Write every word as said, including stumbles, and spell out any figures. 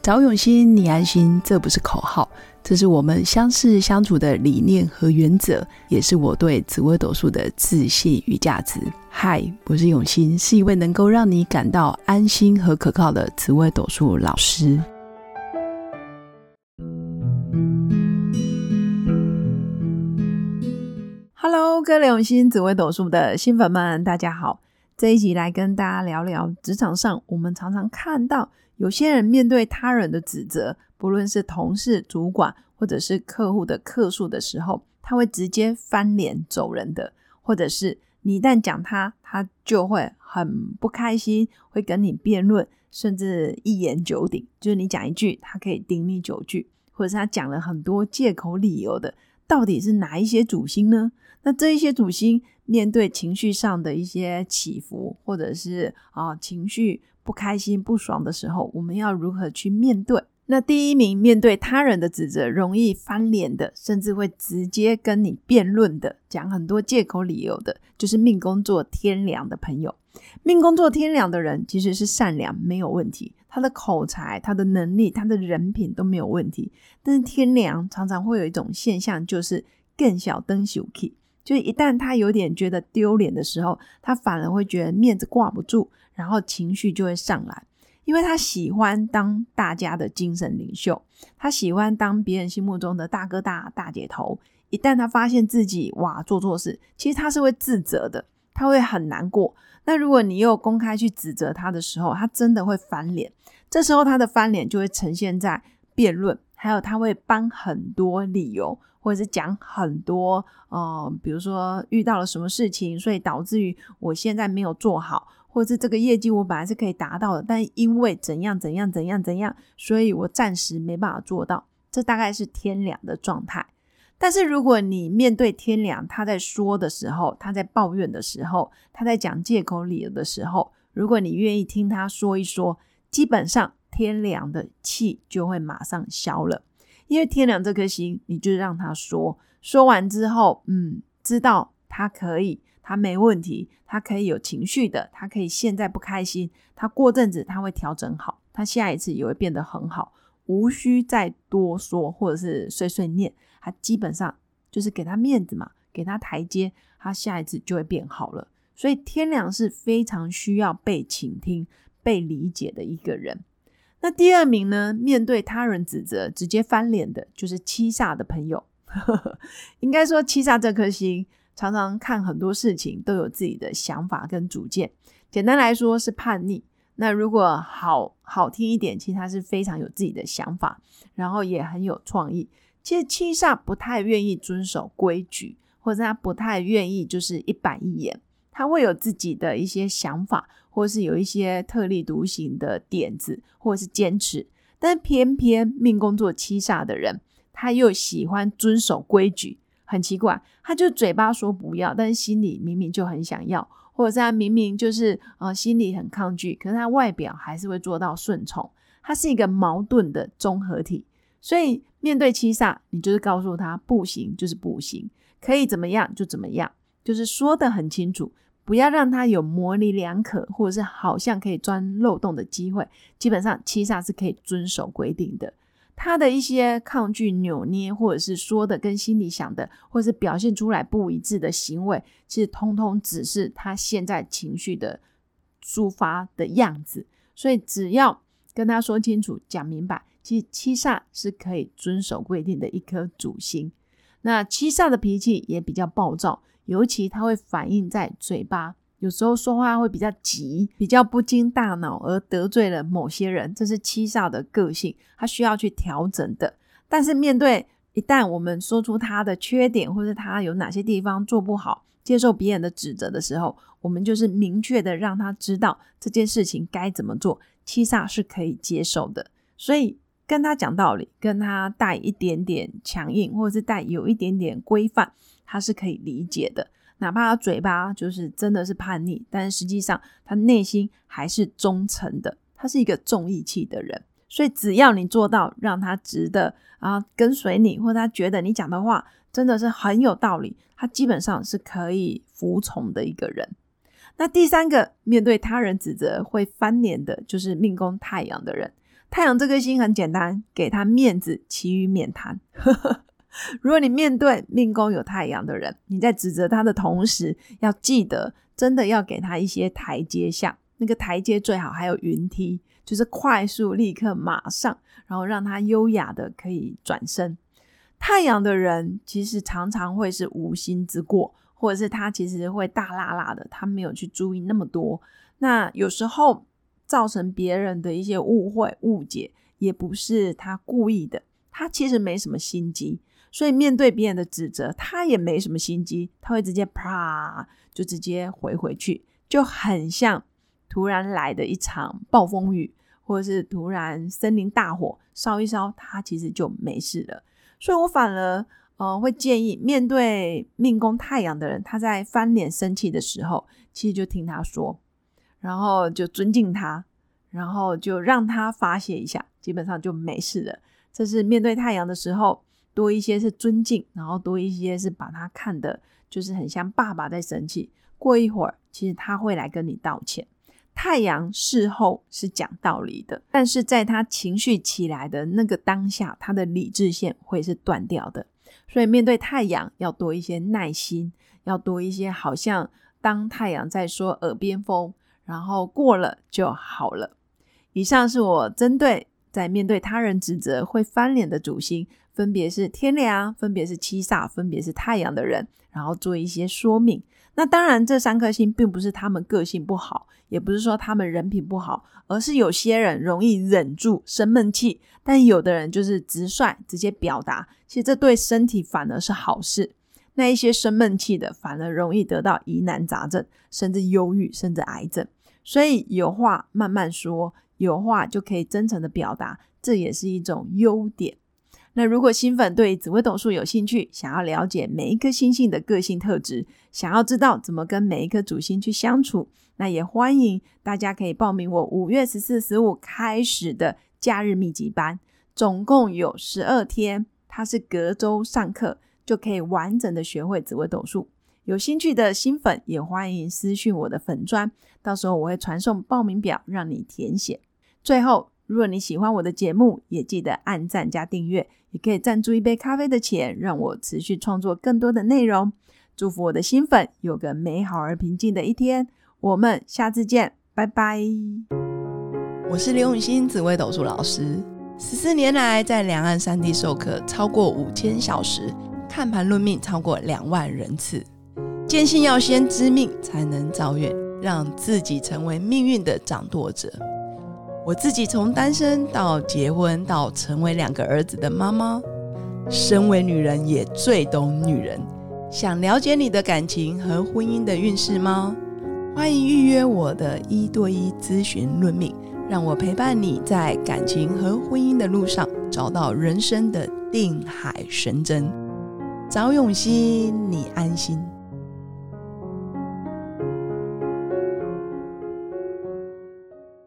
找永新，你安心，这不是口号，这是我们相识相处的理念和原则，也是我对紫微斗数的自信与价值。嗨，我是永新，是一位能够让你感到安心和可靠的紫微斗数老师。Hello， 各位永新紫微斗数的新粉们，大家好。这一集来跟大家聊聊职场上我们常常看到有些人面对他人的指责，不论是同事、主管或者是客户的客诉的时候，他会直接翻脸走人的，或者是你一旦讲他，他就会很不开心，会跟你辩论，甚至一言九鼎，就是你讲一句他可以顶你九句，或者是他讲了很多借口理由的，到底是哪一些主星呢？那这一些主星面对情绪上的一些起伏，或者是、啊、情绪不开心不爽的时候，我们要如何去面对？那第一名，面对他人的指责容易翻脸的，甚至会直接跟你辩论的，讲很多借口理由的，就是命宫坐天梁的朋友。命宫坐天梁的人其实是善良，没有问题，他的口才、他的能力、他的人品都没有问题，但是天梁常常会有一种现象，就是更小灯小气，就是一旦他有点觉得丢脸的时候，他反而会觉得面子挂不住，然后情绪就会上来，因为他喜欢当大家的精神领袖，他喜欢当别人心目中的大哥大大姐头。一旦他发现自己哇做错事，其实他是会自责的，他会很难过。那如果你又公开去指责他的时候，他真的会翻脸，这时候他的翻脸就会呈现在辩论，还有他会搬很多理由，或者是讲很多呃，比如说遇到了什么事情，所以导致于我现在没有做好，或者是这个业绩我本来是可以达到的，但因为怎样怎样怎样怎样，所以我暂时没办法做到。这大概是天梁的状态。但是如果你面对天梁，他在说的时候，他在抱怨的时候，他在讲借口理由的时候，如果你愿意听他说一说，基本上天梁的气就会马上消了。因为天梁这颗星，你就让他说，说完之后嗯，知道他可以，他没问题，他可以有情绪的，他可以现在不开心，他过阵子他会调整好，他下一次也会变得很好，无需再多说或者是碎碎念，他基本上就是给他面子嘛，给他台阶，他下一次就会变好了。所以天梁是非常需要被倾听、被理解的一个人。那第二名呢，面对他人指责直接翻脸的，就是七煞的朋友应该说七煞这颗星常常看很多事情都有自己的想法跟主见，简单来说是叛逆。那如果好好听一点，其实他是非常有自己的想法，然后也很有创意。其实七煞不太愿意遵守规矩，或者他不太愿意就是一板一眼，他会有自己的一些想法，或是有一些特立独行的点子，或是坚持。但是偏偏命宫坐七煞的人，他又喜欢遵守规矩，很奇怪，他就嘴巴说不要，但是心里明明就很想要，或者是他明明就是呃心里很抗拒，可是他外表还是会做到顺从。他是一个矛盾的综合体。所以面对七煞，你就是告诉他不行就是不行，可以怎么样就怎么样，就是说得很清楚，不要让他有模棱两可，或者是好像可以钻漏洞的机会。基本上七煞是可以遵守规定的，他的一些抗拒、扭捏，或者是说的跟心里想的，或者是表现出来不一致的行为，其实通通只是他现在情绪的抒发的样子。所以只要跟他说清楚、讲明白，其实七煞是可以遵守规定的一颗主星。那七煞的脾气也比较暴躁，尤其他会反映在嘴巴，有时候说话会比较急，比较不经大脑而得罪了某些人，这是七煞的个性，他需要去调整的。但是面对一旦我们说出他的缺点，或是他有哪些地方做不好，接受别人的指责的时候，我们就是明确的让他知道这件事情该怎么做，七煞是可以接受的。所以跟他讲道理，跟他带一点点强硬，或者是带有一点点规范，他是可以理解的。哪怕他嘴巴就是真的是叛逆，但是实际上他内心还是忠诚的，他是一个重义气的人。所以只要你做到让他值得啊跟随你，或者他觉得你讲的话真的是很有道理，他基本上是可以服从的一个人。那第三个面对他人指责会翻脸的，就是命宫太阳的人。 太阳这颗星很简单，给他面子，其余免谈。如果你面对命宫有太阳的人，你在指责他的同时，要记得真的要给他一些台阶下，那个台阶最好还有云梯，就是快速立刻马上，然后让他优雅的可以转身。太阳的人其实常常会是无心之过，或者是他其实会大辣辣的，他没有去注意那么多，那有时候造成别人的一些误会误解，也不是他故意的，他其实没什么心机，所以面对别人的指责他也没什么心机，他会直接啪就直接回回去，就很像突然来的一场暴风雨，或者是突然森林大火烧一烧，他其实就没事了。所以我反而呃会建议面对命宫太阳的人，他在翻脸生气的时候，其实就听他说，然后就尊敬他，然后就让他发泄一下，基本上就没事了。这是面对太阳的时候，多一些是尊敬，然后多一些是把他看的就是很像爸爸在生气，过一会儿其实他会来跟你道歉。太阳事后是讲道理的，但是在他情绪起来的那个当下，他的理智线会是断掉的。所以面对太阳要多一些耐心，要多一些好像当太阳在说耳边风，然后过了就好了。以上是我针对在面对他人指责会翻脸的主星，分别是天梁，分别是七煞，分别是太阳的人，然后做一些说明。那当然这三颗星并不是他们个性不好，也不是说他们人品不好，而是有些人容易忍住生闷气，但有的人就是直率直接表达，其实这对身体反而是好事。那一些生闷气的反而容易得到疑难杂症，甚至忧郁，甚至癌症。所以有话慢慢说，有话就可以真诚的表达，这也是一种优点。那如果新粉对紫微斗数有兴趣，想要了解每一颗星星的个性特质，想要知道怎么跟每一颗主星去相处，那也欢迎大家可以报名我五月十四、十五开始的假日密集班，总共有十二天，它是隔周上课，就可以完整的学会紫微斗数。有兴趣的新粉也欢迎私讯我的粉专，到时候我会传送报名表让你填写。最后，如果你喜欢我的节目，也记得按赞加订阅，也可以赞助一杯咖啡的钱，让我持续创作更多的内容。祝福我的新粉有个美好而平静的一天，我们下次见，拜拜。 我是刘永新紫微斗数老师，十四年来在两岸三地授课超过五千小时，看盘论命超过两万人次，坚信要先知命才能造运，让自己成为命运的掌舵者。我自己从单身到结婚到成为两个儿子的妈妈，身为女人也最懂女人。想了解你的感情和婚姻的运势吗？欢迎预约我的一对一咨询论命，让我陪伴你在感情和婚姻的路上找到人生的定海神针。找永熙，你安心。